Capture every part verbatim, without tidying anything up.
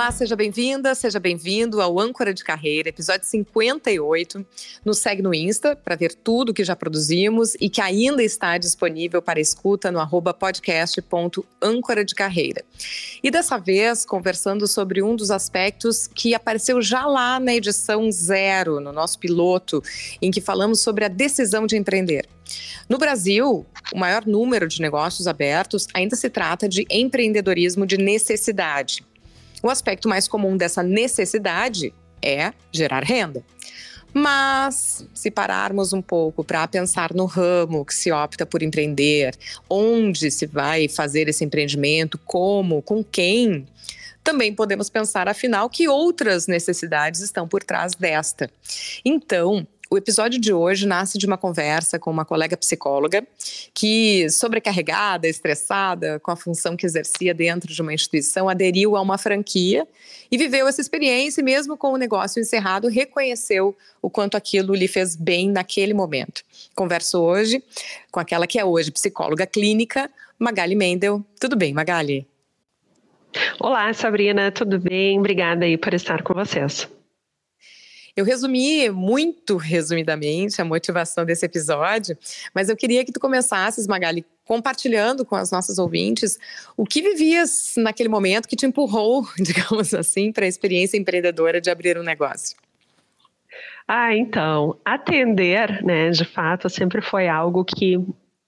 Olá, seja bem-vinda, seja bem-vindo ao Âncora de Carreira, episódio cinquenta e oito. Nos segue no Insta para ver tudo que já produzimos e que ainda está disponível para escuta no arroba podcast ponto âncora de carreira. E dessa vez, conversando sobre um dos aspectos que apareceu já lá na edição zero, no nosso piloto, em que falamos sobre a decisão de empreender. No Brasil, o maior número de negócios abertos ainda se trata de empreendedorismo de necessidade. O aspecto mais comum dessa necessidade é gerar renda. Mas, se pararmos um pouco para pensar no ramo que se opta por empreender, onde se vai fazer esse empreendimento, como, com quem, também podemos pensar, afinal, que outras necessidades estão por trás desta. Então, o episódio de hoje nasce de uma conversa com uma colega psicóloga que, sobrecarregada, estressada com a função que exercia dentro de uma instituição, aderiu a uma franquia e viveu essa experiência e mesmo com o negócio encerrado, reconheceu o quanto aquilo lhe fez bem naquele momento. Converso hoje com aquela que é hoje psicóloga clínica, Magali Mendel. Tudo bem, Magali? Olá, Sabrina, tudo bem? Obrigada aí por estar com vocês. Eu resumi muito resumidamente a motivação desse episódio, mas eu queria que tu começasses, Magali, compartilhando com as nossas ouvintes o que vivias naquele momento que te empurrou, digamos assim, para a experiência empreendedora de abrir um negócio. Ah, então, atender, né, de fato, sempre foi algo que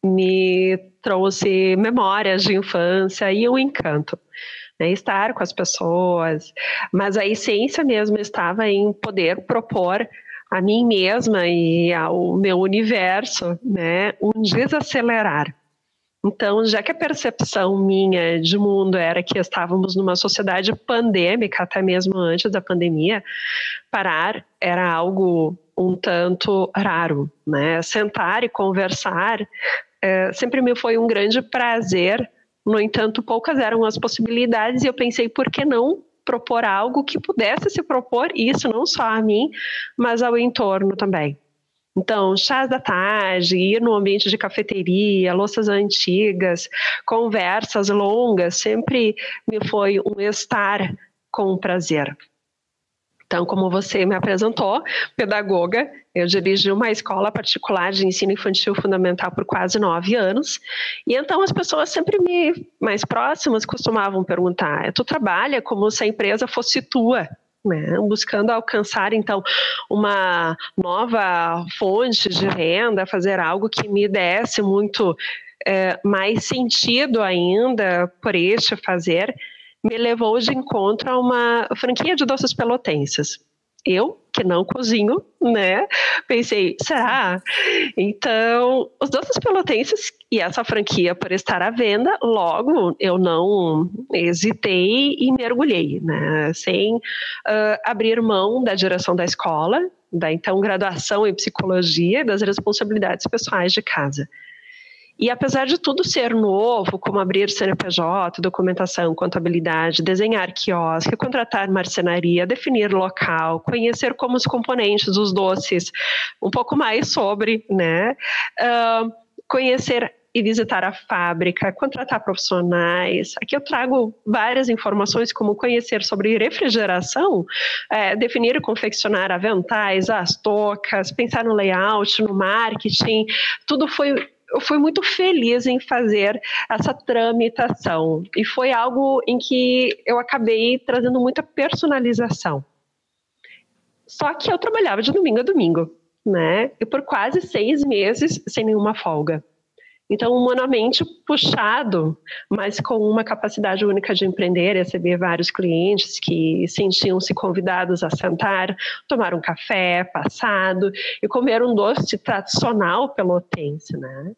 me trouxe memórias de infância e um encanto. Né, estar com as pessoas, mas a essência mesmo estava em poder propor a mim mesma e ao meu universo, né, um desacelerar. Então, já que a percepção minha de mundo era que estávamos numa sociedade pandêmica, até mesmo antes da pandemia, parar era algo um tanto raro, né? Sentar e conversar é, sempre me foi um grande prazer. No entanto, poucas eram as possibilidades e eu pensei, por que não propor algo que pudesse se propor isso não só a mim, mas ao entorno também. Então, chás da tarde, ir no ambiente de cafeteria, louças antigas, conversas longas, sempre me foi um estar com prazer. Então, como você me apresentou, pedagoga, eu dirigi uma escola particular de ensino infantil fundamental por quase nove anos. E então as pessoas sempre me mais próximas costumavam perguntar, tu trabalha como se a empresa fosse tua, né? Buscando alcançar então uma nova fonte de renda, fazer algo que me desse muito é, mais sentido ainda por este fazer, me levou de encontro a uma franquia de doces pelotenses. Eu, que não cozinho, né, pensei, será? Então, os doces pelotenses e essa franquia por estar à venda, logo eu não hesitei e mergulhei, né, sem uh, abrir mão da direção da escola, da então graduação em psicologia e das responsabilidades pessoais de casa. E apesar de tudo ser novo, como abrir C N P J, documentação, contabilidade, desenhar quiosque, contratar marcenaria, definir local, conhecer como os componentes dos doces, um pouco mais sobre, né, uh, conhecer e visitar a fábrica, contratar profissionais. Aqui eu trago várias informações como conhecer sobre refrigeração, é, definir e confeccionar aventais, as toucas, pensar no layout, no marketing, tudo foi... Eu fui muito feliz em fazer essa tramitação e foi algo em que eu acabei trazendo muita personalização. Só que eu trabalhava de domingo a domingo, né? E por quase seis meses sem nenhuma folga. Então, humanamente puxado, mas com uma capacidade única de empreender, receber vários clientes que sentiam-se convidados a sentar, tomar um café passado e comer um doce tradicional pelotense, né?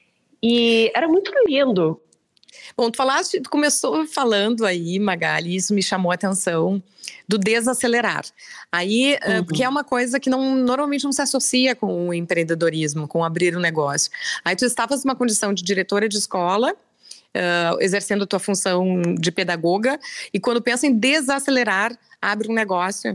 E era muito lindo. Bom, tu falaste, tu começou falando aí, Magali, isso me chamou a atenção, do desacelerar. Aí, uhum. uh, que é uma coisa que não, normalmente não se associa com o empreendedorismo, com abrir um negócio. Aí tu estavas numa condição de diretora de escola, uh, exercendo a tua função de pedagoga, e quando pensa em desacelerar, abre um negócio.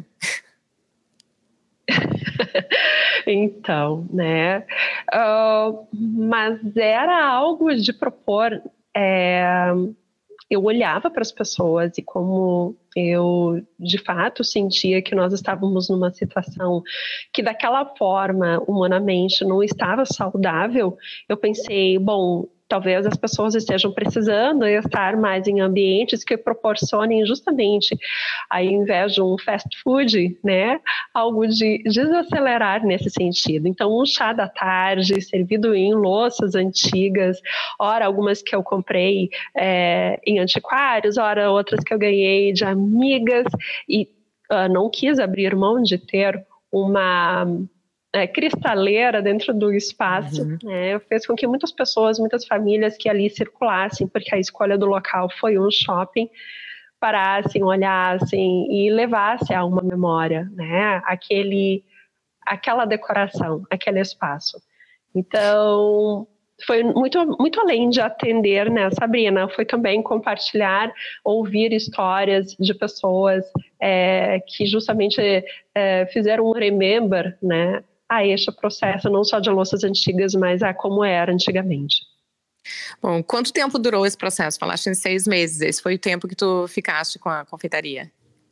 Então, né? Uh, mas era algo de propor... É, eu olhava para as pessoas e como eu, de fato, sentia que nós estávamos numa situação que daquela forma, humanamente, não estava saudável, eu pensei, bom, talvez as pessoas estejam precisando estar mais em ambientes que proporcionem justamente, ao invés de um fast food, né, algo de desacelerar nesse sentido. Então, um chá da tarde, servido em louças antigas, ora algumas que eu comprei é, em antiquários, ora outras que eu ganhei de amigas, e uh, não quis abrir mão de ter uma... É, cristaleira dentro do espaço, Uhum. né, fez com que muitas pessoas, muitas famílias que ali circulassem, porque a escolha do local foi um shopping, parassem, olhassem e levassem a uma memória, né, aquele, aquela decoração, aquele espaço. Então, foi muito, muito além de atender, né, Sabrina, foi também compartilhar, ouvir histórias de pessoas é, que justamente é, fizeram um remember, né, a este processo, não só de louças antigas, mas a como era antigamente. Bom, quanto tempo durou esse processo? Falaste em seis meses, esse foi o tempo que tu ficaste com a confeitaria?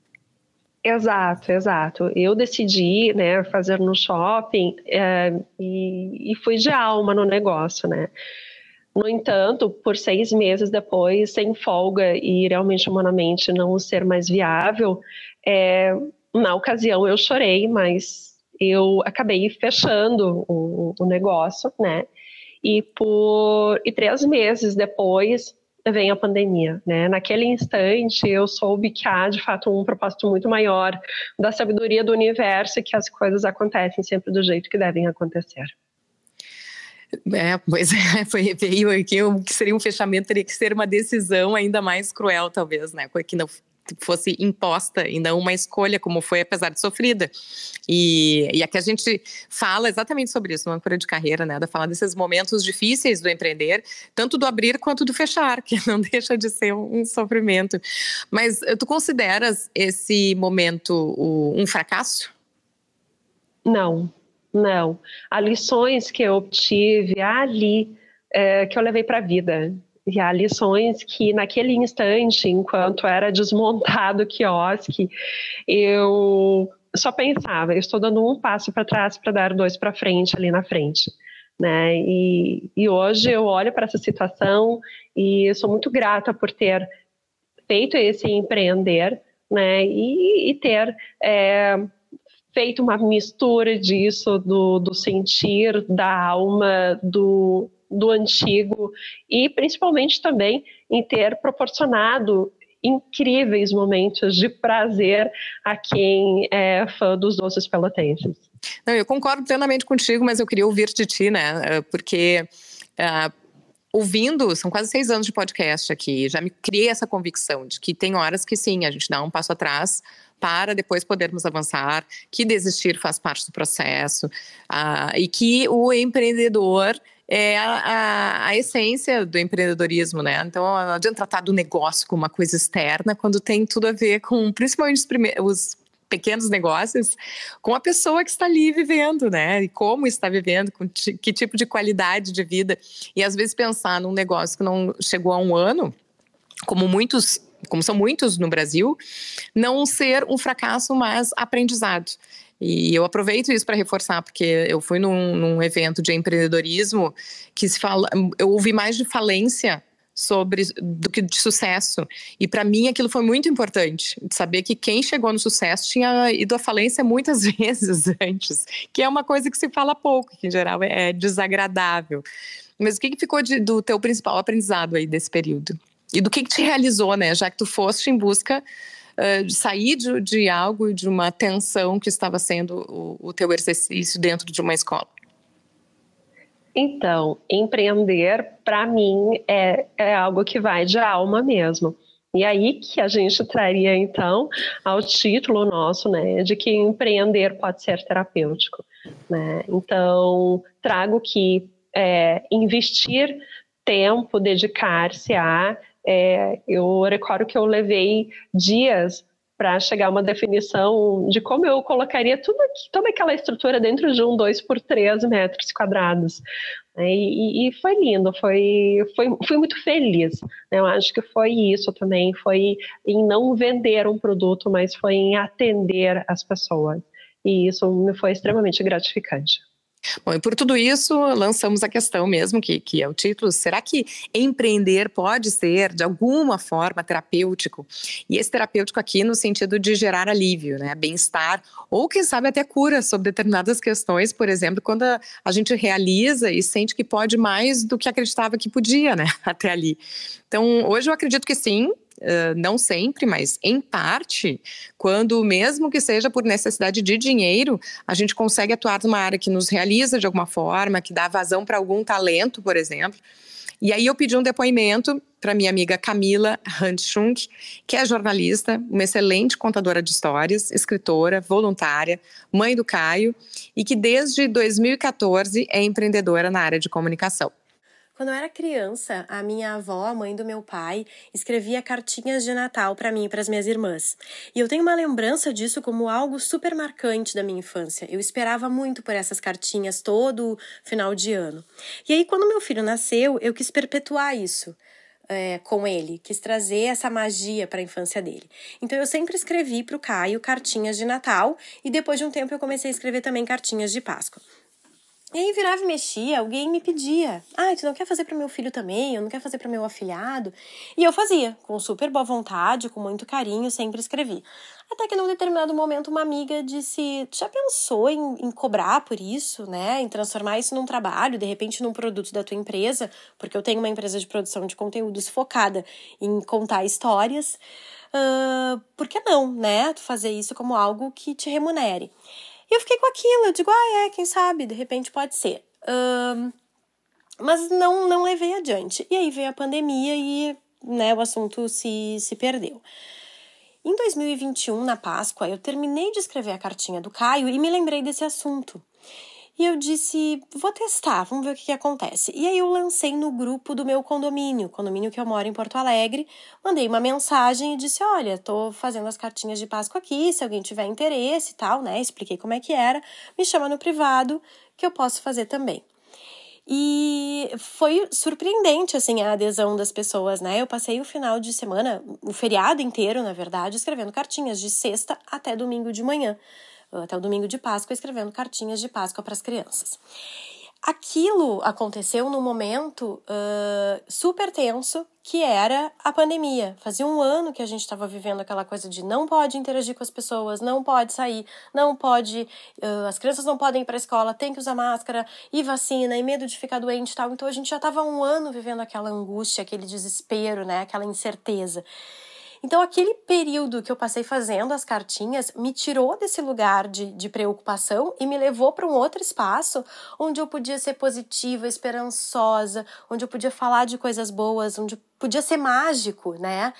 Exato, exato. Eu decidi, né, fazer no shopping é, e, e fui de alma no negócio, né. No entanto, por seis meses depois, sem folga e realmente humanamente não ser mais viável, é, na ocasião eu chorei, mas eu acabei fechando o, o negócio, né? E, por, e três meses depois vem a pandemia, né? Naquele instante eu soube que há de fato um propósito muito maior da sabedoria do universo e que as coisas acontecem sempre do jeito que devem acontecer. É, pois é, foi, veio aqui o que seria um fechamento, teria que ser uma decisão ainda mais cruel, talvez, né? Que não fosse imposta e não uma escolha, como foi, apesar de sofrida. E, e aqui a gente fala exatamente sobre isso no Âncora de Carreira, né? Da falar desses momentos difíceis do empreender, tanto do abrir quanto do fechar, que não deixa de ser um sofrimento. Mas tu consideras esse momento um fracasso? Não. Não, há lições que eu obtive ali, é, que eu levei para a vida. E há lições que naquele instante, enquanto era desmontado o quiosque, eu só pensava, eu estou dando um passo para trás para dar dois para frente ali na frente. Né? E, e hoje eu olho para essa situação e sou muito grata por ter feito esse empreender, né? e, e ter... É, feito uma mistura disso, do, do sentir, da alma, do, do antigo, e principalmente também em ter proporcionado incríveis momentos de prazer a quem é fã dos doces pelotenses. Não, eu concordo plenamente contigo, mas eu queria ouvir de ti, né, porque... Uh, ouvindo, são quase seis anos de podcast aqui, já me criei essa convicção de que tem horas que sim, a gente dá um passo atrás para depois podermos avançar, que desistir faz parte do processo, uh, e que o empreendedor é a, a, a essência do empreendedorismo, né? Então, não adianta tratar do negócio como uma coisa externa, quando tem tudo a ver com, principalmente os primeiros... os pequenos negócios, com a pessoa que está ali vivendo, né? E como está vivendo, com que tipo de qualidade de vida. E às vezes pensar num negócio que não chegou a um ano, como muitos, como são muitos no Brasil, não ser um fracasso, mas aprendizado. E eu aproveito isso para reforçar, porque eu fui num, num evento de empreendedorismo que se fala, eu ouvi mais de falência sobre do que de sucesso, e para mim aquilo foi muito importante, de saber que quem chegou no sucesso tinha ido à falência muitas vezes antes, que é uma coisa que se fala pouco, que em geral é desagradável. Mas o que, que ficou de, do teu principal aprendizado aí desse período? E do que, que te realizou, né, já que tu foste em busca uh, de sair de, de algo, de uma tensão que estava sendo o, o teu exercício dentro de uma escola? Então, empreender, para mim, é, é algo que vai de alma mesmo. E aí que a gente traria, então, ao título nosso, né, de que empreender pode ser terapêutico, né? Então, trago que é, investir tempo, dedicar-se a... É, eu recordo que eu levei dias para chegar a uma definição de como eu colocaria tudo aqui, toda aquela estrutura dentro de um dois por três metros quadrados, E, e foi lindo, foi, foi, fui muito feliz, né? Eu acho que foi isso também, foi em não vender um produto, mas foi em atender as pessoas. E isso me foi extremamente gratificante. Bom, e por tudo isso, lançamos a questão mesmo, que, que é o título, será que empreender pode ser, de alguma forma, terapêutico? E esse terapêutico aqui no sentido de gerar alívio, né, bem-estar, ou quem sabe até cura sobre determinadas questões, por exemplo, quando a, a gente realiza e sente que pode mais do que acreditava que podia, né, até ali. Então, hoje eu acredito que sim, Uh, não sempre, mas em parte, quando mesmo que seja por necessidade de dinheiro, a gente consegue atuar numa área que nos realiza de alguma forma, que dá vazão para algum talento, por exemplo. E aí eu pedi um depoimento para minha amiga Camila Handschunk, que é jornalista, uma excelente contadora de histórias, escritora, voluntária, mãe do Caio, e que desde dois mil e quatorze é empreendedora na área de comunicação. Quando eu era criança, a minha avó, a mãe do meu pai, escrevia cartinhas de Natal para mim e para as minhas irmãs. E eu tenho uma lembrança disso como algo super marcante da minha infância. Eu esperava muito por essas cartinhas todo final de ano. E aí, quando meu filho nasceu, eu quis perpetuar isso. É, com ele, quis trazer essa magia para a infância dele. Então eu sempre escrevi para o Caio cartinhas de Natal e depois de um tempo eu comecei a escrever também cartinhas de Páscoa. E aí virava e mexia, alguém me pedia, ah, tu não quer fazer para meu filho também? Eu não quer fazer para meu afilhado? E eu fazia, com super boa vontade, com muito carinho, sempre escrevi. Até que num determinado momento uma amiga disse, tu já pensou em, em cobrar por isso, né? Em transformar isso num trabalho, de repente num produto da tua empresa? Porque eu tenho uma empresa de produção de conteúdos focada em contar histórias. Uh, por que não, né? Tu fazer isso como algo que te remunere? E eu fiquei com aquilo, eu digo, ah, é, quem sabe, de repente pode ser. Um, mas não, não levei adiante. E aí veio a pandemia e, né, o assunto se, se perdeu. Em dois mil e vinte e um, na Páscoa, eu terminei de escrever a cartinha do Caio e me lembrei desse assunto. E eu disse, vou testar, vamos ver o que, que acontece. E aí eu lancei no grupo do meu condomínio, condomínio que eu moro em Porto Alegre, mandei uma mensagem e disse, olha, tô fazendo as cartinhas de Páscoa aqui, se alguém tiver interesse e tal, né, expliquei como é que era, me chama no privado que eu posso fazer também. E foi surpreendente, assim, a adesão das pessoas, né, eu passei o final de semana, o feriado inteiro, na verdade, escrevendo cartinhas de sexta até domingo de manhã. Até o domingo de Páscoa, escrevendo cartinhas de Páscoa para as crianças. Aquilo aconteceu num momento uh, super tenso, que era a pandemia. Fazia um ano que a gente estava vivendo aquela coisa de não pode interagir com as pessoas, não pode sair, não pode, uh, as crianças não podem ir para a escola, tem que usar máscara, e vacina, e medo de ficar doente e tal. Então a gente já estava um ano vivendo aquela angústia, aquele desespero, né, aquela incerteza. Então, aquele período que eu passei fazendo as cartinhas me tirou desse lugar de, de preocupação e me levou para um outro espaço onde eu podia ser positiva, esperançosa, onde eu podia falar de coisas boas, onde podia ser mágico, né?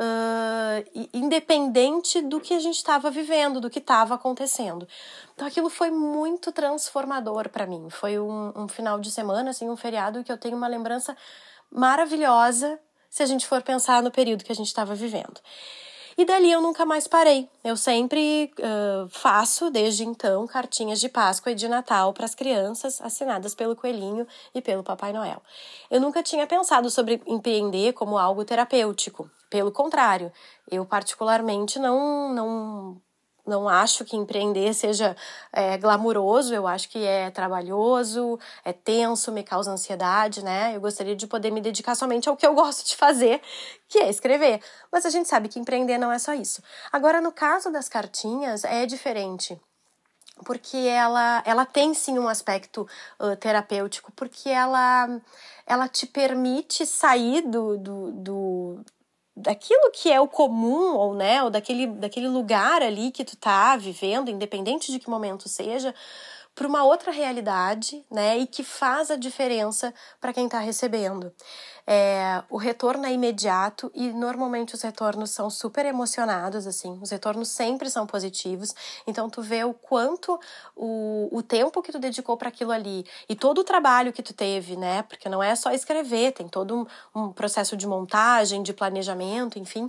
Uh, independente do que a gente estava vivendo, do que estava acontecendo. Então, aquilo foi muito transformador para mim. Foi um, um final de semana, assim, um feriado que eu tenho uma lembrança maravilhosa, se a gente for pensar no período que a gente estava vivendo. E dali eu nunca mais parei. Eu sempre uh, faço, desde então, cartinhas de Páscoa e de Natal para as crianças, assinadas pelo Coelhinho e pelo Papai Noel. Eu nunca tinha pensado sobre empreender como algo terapêutico. Pelo contrário, eu particularmente não... não Não acho que empreender seja é, glamuroso, eu acho que é trabalhoso, é tenso, me causa ansiedade, né? Eu gostaria de poder me dedicar somente ao que eu gosto de fazer, que é escrever. Mas a gente sabe que empreender não é só isso. Agora, no caso das cartinhas, é diferente. Porque ela, ela tem sim um aspecto uh, terapêutico, porque ela, ela te permite sair do... do, do daquilo que é o comum, ou, né, ou daquele, daquele lugar ali que tu tá vivendo, independente de que momento seja, para uma outra realidade, né, e que faz a diferença para quem está recebendo. É, o retorno é imediato e normalmente os retornos são super emocionados, assim, os retornos sempre são positivos, então tu vê o quanto o, o tempo que tu dedicou para aquilo ali e todo o trabalho que tu teve, né, porque não é só escrever, tem todo um, um processo de montagem, de planejamento, enfim,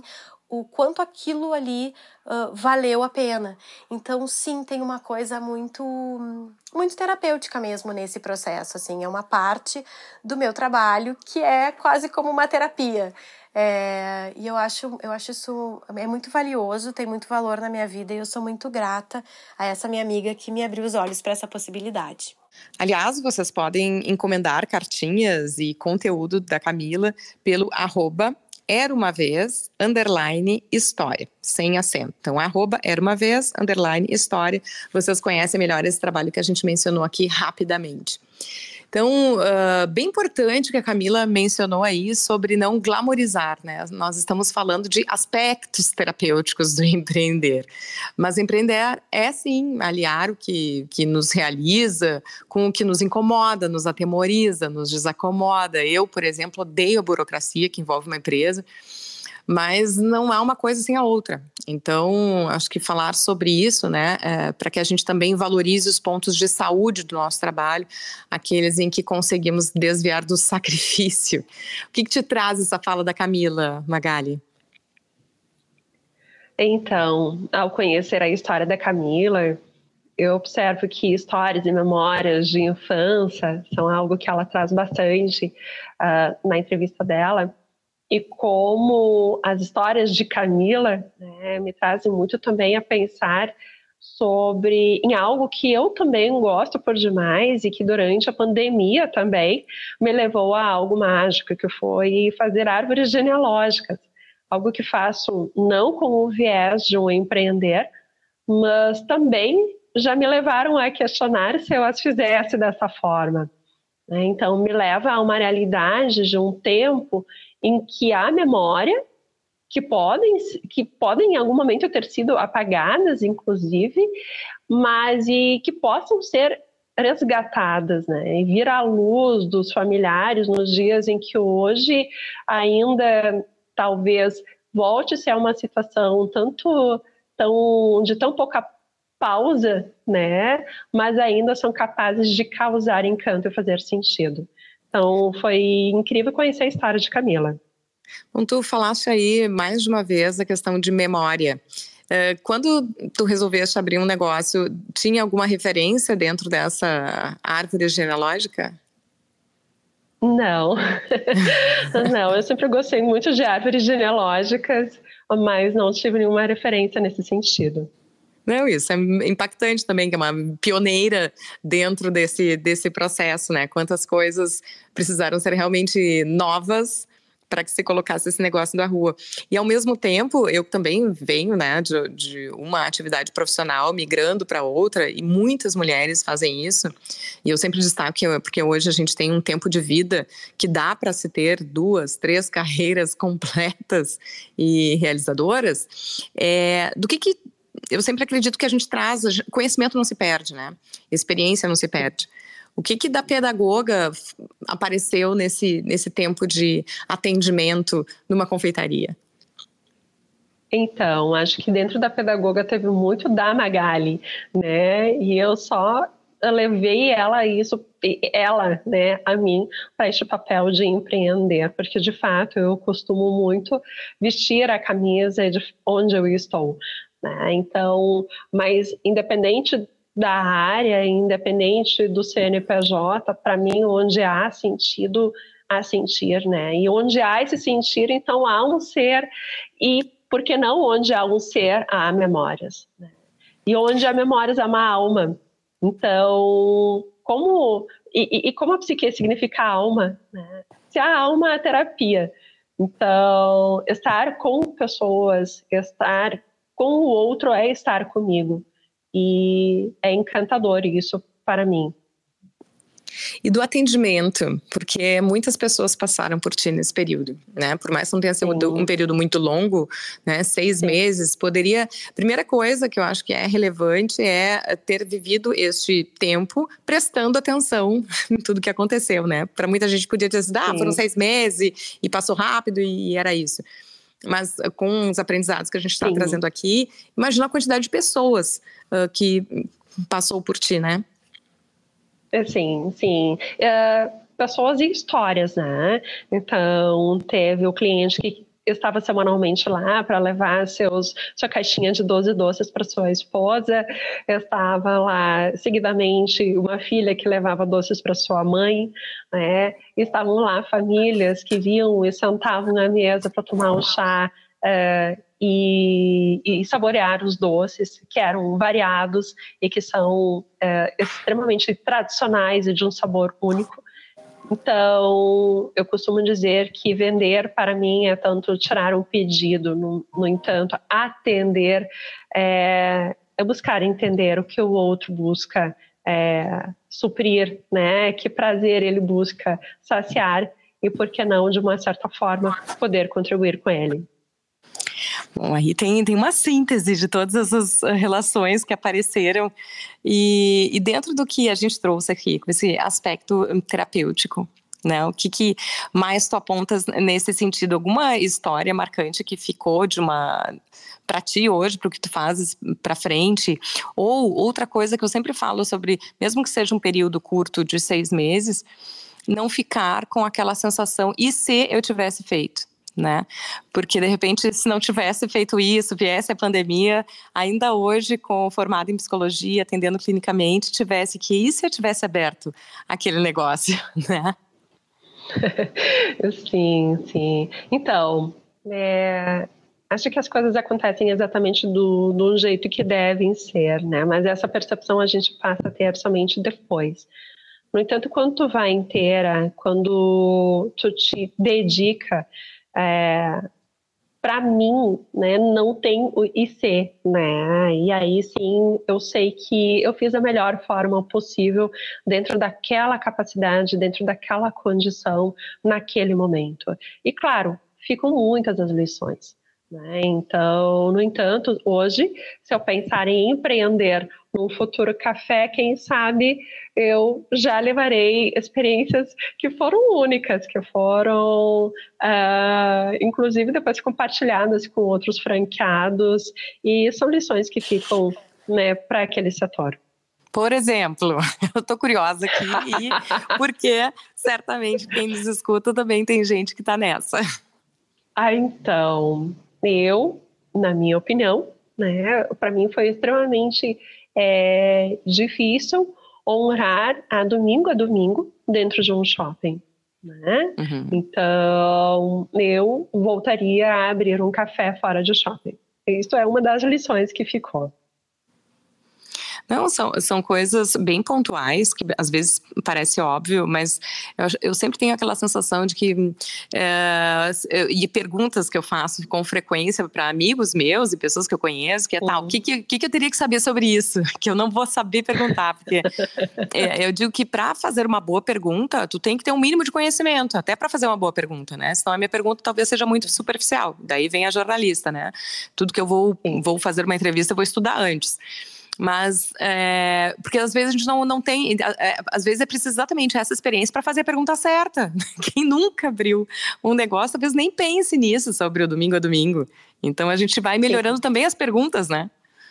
o quanto aquilo ali uh, valeu a pena. Então, sim, tem uma coisa muito, muito terapêutica mesmo nesse processo, assim, é uma parte do meu trabalho que é quase como uma terapia. É, e eu acho, eu acho isso é muito valioso, tem muito valor na minha vida e eu sou muito grata a essa minha amiga que me abriu os olhos para essa possibilidade. Aliás, vocês podem encomendar cartinhas e conteúdo da Camila pelo arroba Era Uma Vez, underline, história, sem acento. Então, arroba Era Uma Vez, underline, história. Vocês conhecem melhor esse trabalho que a gente mencionou aqui rapidamente. Então, uh, bem importante que a Camila mencionou aí sobre não glamorizar, né? Nós estamos falando de aspectos terapêuticos do empreender. Mas empreender é, sim, aliar o que, que nos realiza com o que nos incomoda, nos atemoriza, nos desacomoda. Eu, por exemplo, odeio a burocracia que envolve uma empresa, mas não há uma coisa sem a outra. Então, acho que falar sobre isso, né, é, para que a gente também valorize os pontos de saúde do nosso trabalho, aqueles em que conseguimos desviar do sacrifício. O que, que te traz essa fala da Camila, Magali? Então, ao conhecer a história da Camila, eu observo que histórias e memórias de infância são algo que ela traz bastante uh, na entrevista dela. E como as histórias de Camila, né, me trazem muito também a pensar sobre em algo que eu também gosto por demais e que durante a pandemia também me levou a algo mágico, que foi fazer árvores genealógicas. Algo que faço não com o viés de um empreender, mas também já me levaram a questionar se eu as fizesse dessa forma. Então, me leva a uma realidade de um tempo em que há memória, que podem, que podem em algum momento ter sido apagadas, inclusive, mas e que possam ser resgatadas, né? E vir à luz dos familiares nos dias em que hoje ainda talvez volte-se a uma situação tanto, tão, de tão pouca pausa, né? Mas ainda são capazes de causar encanto e fazer sentido. Então, foi incrível conhecer a história de Camila. Bom, tu falaste aí mais de uma vez a questão de memória. Quando tu resolveste abrir um negócio, tinha alguma referência dentro dessa árvore genealógica? Não. Não, eu sempre gostei muito de árvores genealógicas, mas não tive nenhuma referência nesse sentido. Não, isso é impactante também, que é uma pioneira dentro desse, desse processo, né? Quantas coisas precisaram ser realmente novas para que se colocasse esse negócio na rua. E ao mesmo tempo, eu também venho, né, de, de uma atividade profissional migrando para outra, e muitas mulheres fazem isso. E eu sempre destaco que, porque hoje a gente tem um tempo de vida que dá para se ter duas, três carreiras completas e realizadoras. É, do que que eu sempre acredito que a gente traz, conhecimento não se perde, né? Experiência não se perde. O que que da pedagoga apareceu nesse, nesse tempo de atendimento numa confeitaria? Então, acho que dentro da pedagoga teve muito da Magali, né? E eu só levei ela isso, ela, né, a mim, para este papel de empreender, porque de fato eu costumo muito vestir a camisa de onde eu estou. Então, mas independente da área, independente do C N P J, para mim, onde há sentido, há sentir, né? E onde há esse sentir, então há um ser, e por que não onde há um ser, há memórias, né? E onde há memórias, há uma alma. Então, como, e, e como a psique significa alma, né? Se a alma é a terapia, então, estar com pessoas, estar com o outro é estar comigo. E é encantador isso para mim. E do atendimento, porque muitas pessoas passaram por ti nesse período, né? Por mais que não tenha sido Sim. um período muito longo, né? Seis Sim. meses, poderia... Primeira coisa que eu acho que é relevante é ter vivido este tempo prestando atenção em tudo que aconteceu, né? Para muita gente podia dizer, ah, Sim. foram seis meses e passou rápido e era isso. Mas com os aprendizados que a gente está trazendo aqui, imagina a quantidade de pessoas uh, que passou por ti, né? Sim, sim. Uh, pessoas e histórias, né? Então, teve o cliente que eu estava semanalmente lá para levar seus, sua caixinha de doze doces para sua esposa. Eu estava lá seguidamente uma filha que levava doces para sua mãe, né? Estavam lá famílias que vinham e sentavam na mesa para tomar um chá uh, e, e saborear os doces, que eram variados e que são uh, extremamente tradicionais e de um sabor único. Então, eu costumo dizer que vender para mim é tanto tirar um pedido, no, no entanto, atender é, é buscar entender o que o outro busca é, suprir, né? Que prazer ele busca saciar e, por que não, de uma certa forma, poder contribuir com ele. Bom, aí tem, tem uma síntese de todas essas relações que apareceram e, e dentro do que a gente trouxe aqui, com esse aspecto terapêutico, né? O que, que mais tu apontas nesse sentido? Alguma história marcante que ficou de uma... para ti hoje, para o que tu fazes para frente? Ou outra coisa que eu sempre falo sobre, mesmo que seja um período curto de seis meses, não ficar com aquela sensação, e se eu tivesse feito? Né? Porque de repente, se não tivesse feito isso, viesse a pandemia, ainda hoje, com formado em psicologia, atendendo clinicamente, tivesse que, e se eu tivesse aberto aquele negócio, né? Sim, sim. Então, é, acho que as coisas acontecem exatamente do, do jeito que devem ser, né? Mas essa percepção a gente passa a ter somente depois. No entanto, quando tu vai inteira, quando tu te dedica, É, para mim, né, não tem o I C, né? E aí sim, eu sei que eu fiz a melhor forma possível dentro daquela capacidade, dentro daquela condição, naquele momento. E claro, ficam muitas as lições, né? Então, no entanto, hoje, se eu pensar em empreender num futuro café, quem sabe eu já levarei experiências que foram únicas, que foram, uh, inclusive, depois compartilhadas com outros franqueados, e são lições que ficam, né, para aquele setor. Por exemplo, eu estou curiosa aqui, e porque certamente quem nos escuta também tem gente que está nessa. Ah, então, eu, na minha opinião, né, para mim foi extremamente é, difícil honrar a domingo a domingo dentro de um shopping, né? Uhum. Então, eu voltaria a abrir um café fora de shopping. Isso é uma das lições que ficou. Não, são, são coisas bem pontuais, que às vezes parece óbvio, mas eu, eu sempre tenho aquela sensação de que, é, e perguntas que eu faço com frequência para amigos meus e pessoas que eu conheço, que é uhum. tal, o que, que, que eu teria que saber sobre isso? Que eu não vou saber perguntar, porque é, eu digo que para fazer uma boa pergunta, tu tem que ter um mínimo de conhecimento, até para fazer uma boa pergunta, né? Senão a minha pergunta talvez seja muito superficial, daí vem a jornalista, né? Tudo que eu vou, vou fazer uma entrevista, eu vou estudar antes. Mas, é, porque às vezes a gente não, não tem, é, às vezes é preciso exatamente essa experiência para fazer a pergunta certa. Quem nunca abriu um negócio, talvez nem pense nisso sobre o domingo a domingo. Então a gente vai melhorando sim. também as perguntas, né?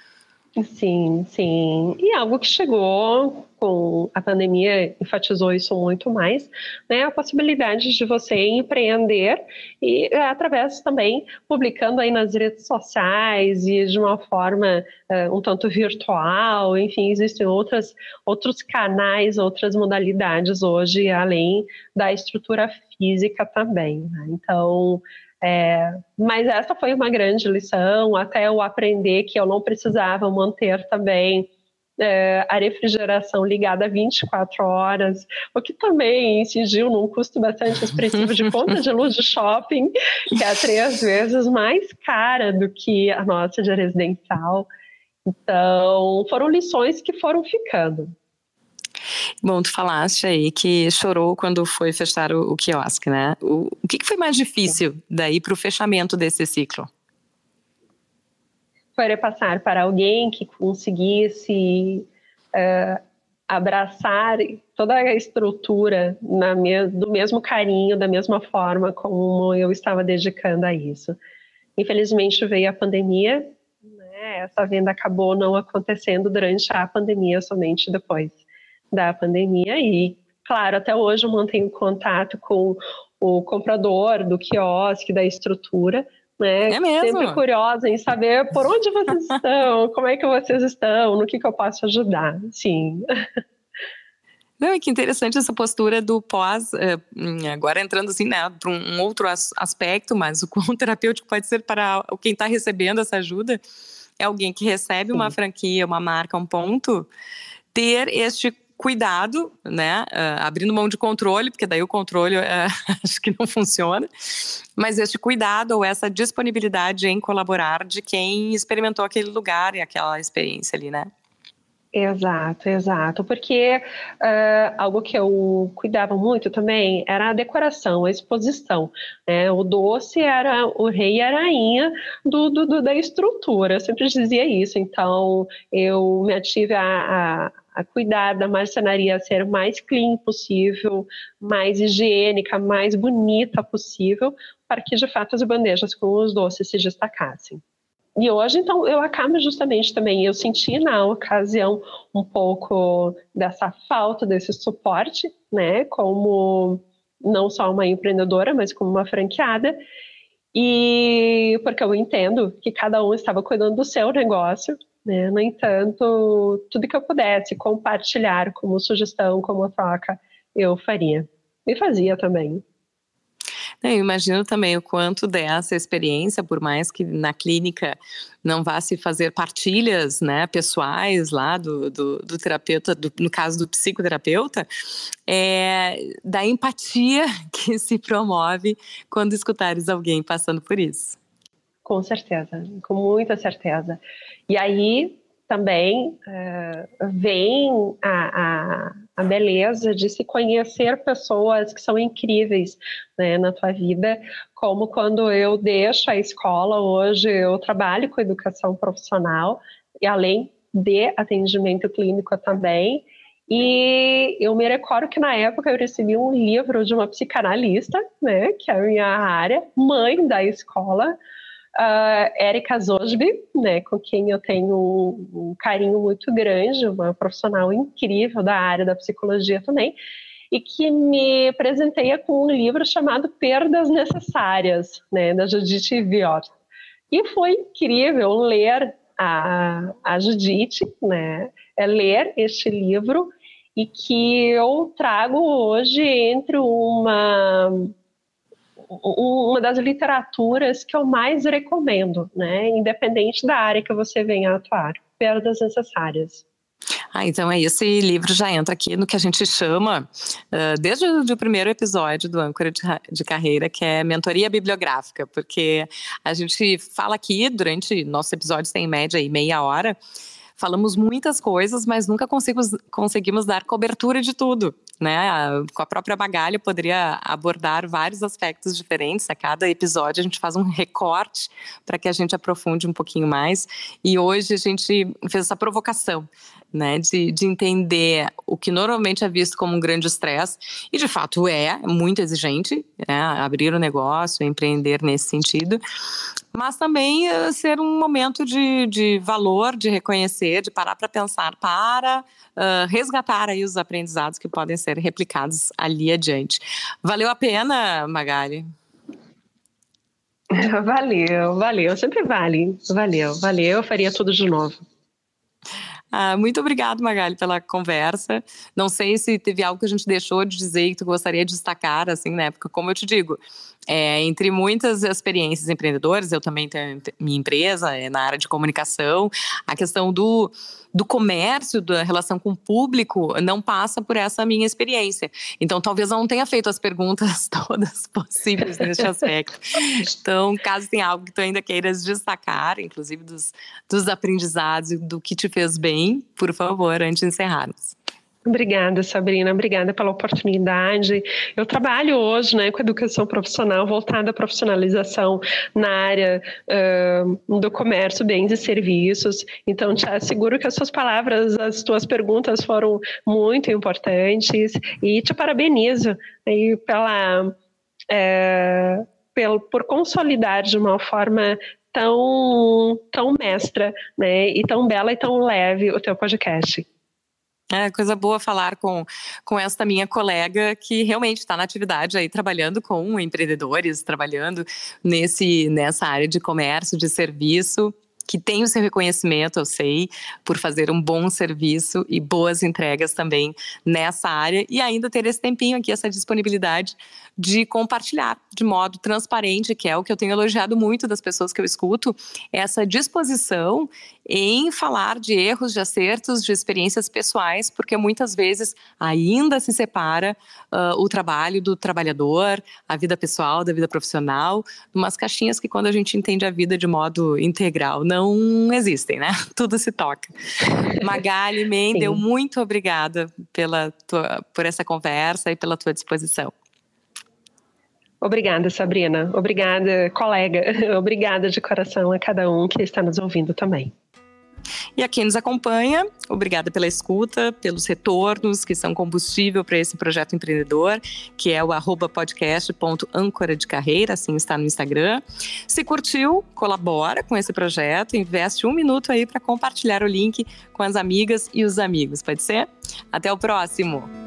Sim, sim. E algo que chegou com a pandemia enfatizou isso muito mais, né? A possibilidade de você empreender e através também publicando aí nas redes sociais e de uma forma uh, um tanto virtual, enfim, existem outras, outros canais, outras modalidades hoje, além da estrutura física também, né? Então, É, mas essa foi uma grande lição, até eu aprender que eu não precisava manter também é, a refrigeração ligada vinte e quatro horas, o que também incidiu num custo bastante expressivo de conta de luz de shopping, que é três vezes mais cara do que a nossa de residencial. Então, foram lições que foram ficando. Bom, tu falaste aí que chorou quando foi fechar o, o quiosque, né? O, o que, que foi mais difícil daí para o fechamento desse ciclo? Foi passar para alguém que conseguisse uh, abraçar toda a estrutura na me- do mesmo carinho, da mesma forma como eu estava dedicando a isso. Infelizmente veio a pandemia, né? Essa venda acabou não acontecendo durante a pandemia, somente depois da pandemia, e claro, até hoje eu mantenho contato com o comprador do quiosque, da estrutura, né? É mesmo? Sempre curiosa em saber por onde vocês estão, como é que vocês estão, no que, que eu posso ajudar. Sim. Não, e que interessante essa postura do pós, agora entrando assim, né, para um outro aspecto, mas o quão terapêutico pode ser para quem está recebendo essa ajuda, é alguém que recebe Sim. uma franquia, uma marca, um ponto, ter este cuidado, né, abrindo mão de controle, porque daí o controle acho que não funciona, mas este cuidado ou essa disponibilidade em colaborar de quem experimentou aquele lugar e aquela experiência ali, né? Exato, exato, porque uh, algo que eu cuidava muito também era a decoração, a exposição, né? O doce era o rei e a rainha do, do, do, da estrutura, eu sempre dizia isso, então eu me ative a, a, a cuidar da marcenaria ser mais clean possível, mais higiênica, mais bonita possível, para que de fato as bandejas com os doces se destacassem. E hoje, então, eu acabo justamente também, eu senti na ocasião um pouco dessa falta desse suporte, né, como não só uma empreendedora, mas como uma franqueada, e porque eu entendo que cada um estava cuidando do seu negócio, né, no entanto, tudo que eu pudesse compartilhar como sugestão, como troca, eu faria. E fazia também. Eu imagino também o quanto dessa experiência, por mais que na clínica não vá se fazer partilhas, né, pessoais lá do, do, do terapeuta, do, no caso do psicoterapeuta, é, da empatia que se promove quando escutares alguém passando por isso. Com certeza, com muita certeza. E aí também uh, vem a, a, a beleza de se conhecer pessoas que são incríveis, né, na tua vida, como quando eu deixo a escola, hoje eu trabalho com educação profissional, e além de atendimento clínico também, e eu me recordo que na época eu recebi um livro de uma psicanalista, né, que é a minha área, mãe da escola, Uh, Érica Zosby, né, com quem eu tenho um, um carinho muito grande, uma profissional incrível da área da psicologia também, e que me presenteia com um livro chamado Perdas Necessárias, né, da Judith Viot. E foi incrível ler a, a Judith, né, é ler este livro, e que eu trago hoje entre uma... uma das literaturas que eu mais recomendo, né? Independente da área que você venha a atuar. Perdas Necessárias. Ah, então esse livro já entra aqui no que a gente chama, uh, desde o do primeiro episódio do Âncora de, de Carreira, que é mentoria bibliográfica, porque a gente fala aqui, durante nossos episódios tem em média aí meia hora, falamos muitas coisas, mas nunca conseguimos, conseguimos dar cobertura de tudo, né? Com a própria Magali eu poderia abordar vários aspectos diferentes. A cada episódio a gente faz um recorte para que a gente aprofunde um pouquinho mais. E hoje a gente fez essa provocação, né? De, de entender o que normalmente é visto como um grande estresse, e de fato é muito exigente, né? Abrir um negócio, empreender nesse sentido, mas também uh, ser um momento de, de valor, de reconhecer, de parar para pensar, para uh, resgatar aí os aprendizados que podem ser replicados ali adiante. Valeu a pena, Magali? Valeu, valeu, sempre vale, valeu, valeu, eu faria tudo de novo. Ah, muito obrigado, Magali, pela conversa. Não sei se teve algo que a gente deixou de dizer que tu gostaria de destacar, assim, né? Porque, como eu te digo, é, entre muitas experiências empreendedoras, eu também tenho minha empresa é na área de comunicação, a questão do, do comércio, da relação com o público, não passa por essa minha experiência. Então, talvez eu não tenha feito as perguntas todas possíveis neste aspecto. Então, caso tenha algo que tu ainda queiras destacar, inclusive dos, dos aprendizados e do que te fez bem, por favor, antes de encerrarmos. Obrigada, Sabrina, obrigada pela oportunidade. Eu trabalho hoje, né, com educação profissional voltada à profissionalização na área uh, do comércio, bens e serviços. Então, te asseguro que as suas palavras, as tuas perguntas foram muito importantes e te parabenizo aí pela, é, pelo, por consolidar de uma forma tão, tão mestra, né, e tão bela e tão leve o teu podcast. É coisa boa falar com, com esta minha colega que realmente está na atividade aí, trabalhando com empreendedores, trabalhando nesse, nessa área de comércio, de serviço, que tem o seu reconhecimento, eu sei, por fazer um bom serviço e boas entregas também nessa área e ainda ter esse tempinho aqui, essa disponibilidade de compartilhar de modo transparente, que é o que eu tenho elogiado muito das pessoas que eu escuto, essa disposição em falar de erros, de acertos, de experiências pessoais, porque muitas vezes ainda se separa uh, o trabalho do trabalhador, a vida pessoal, da vida profissional, umas caixinhas que quando a gente entende a vida de modo integral, não existem, né? Tudo se toca. Magali Mendel, muito obrigada pela tua, por essa conversa e pela tua disposição. Obrigada, Sabrina. Obrigada, colega. Obrigada de coração a cada um que está nos ouvindo também. E a quem nos acompanha, obrigada pela escuta, pelos retornos que são combustível para esse projeto empreendedor, que é o arroba podcast ponto âncora de carreira, assim está no Instagram. Se curtiu, colabora com esse projeto, investe um minuto aí para compartilhar o link com as amigas e os amigos, pode ser? Até o próximo!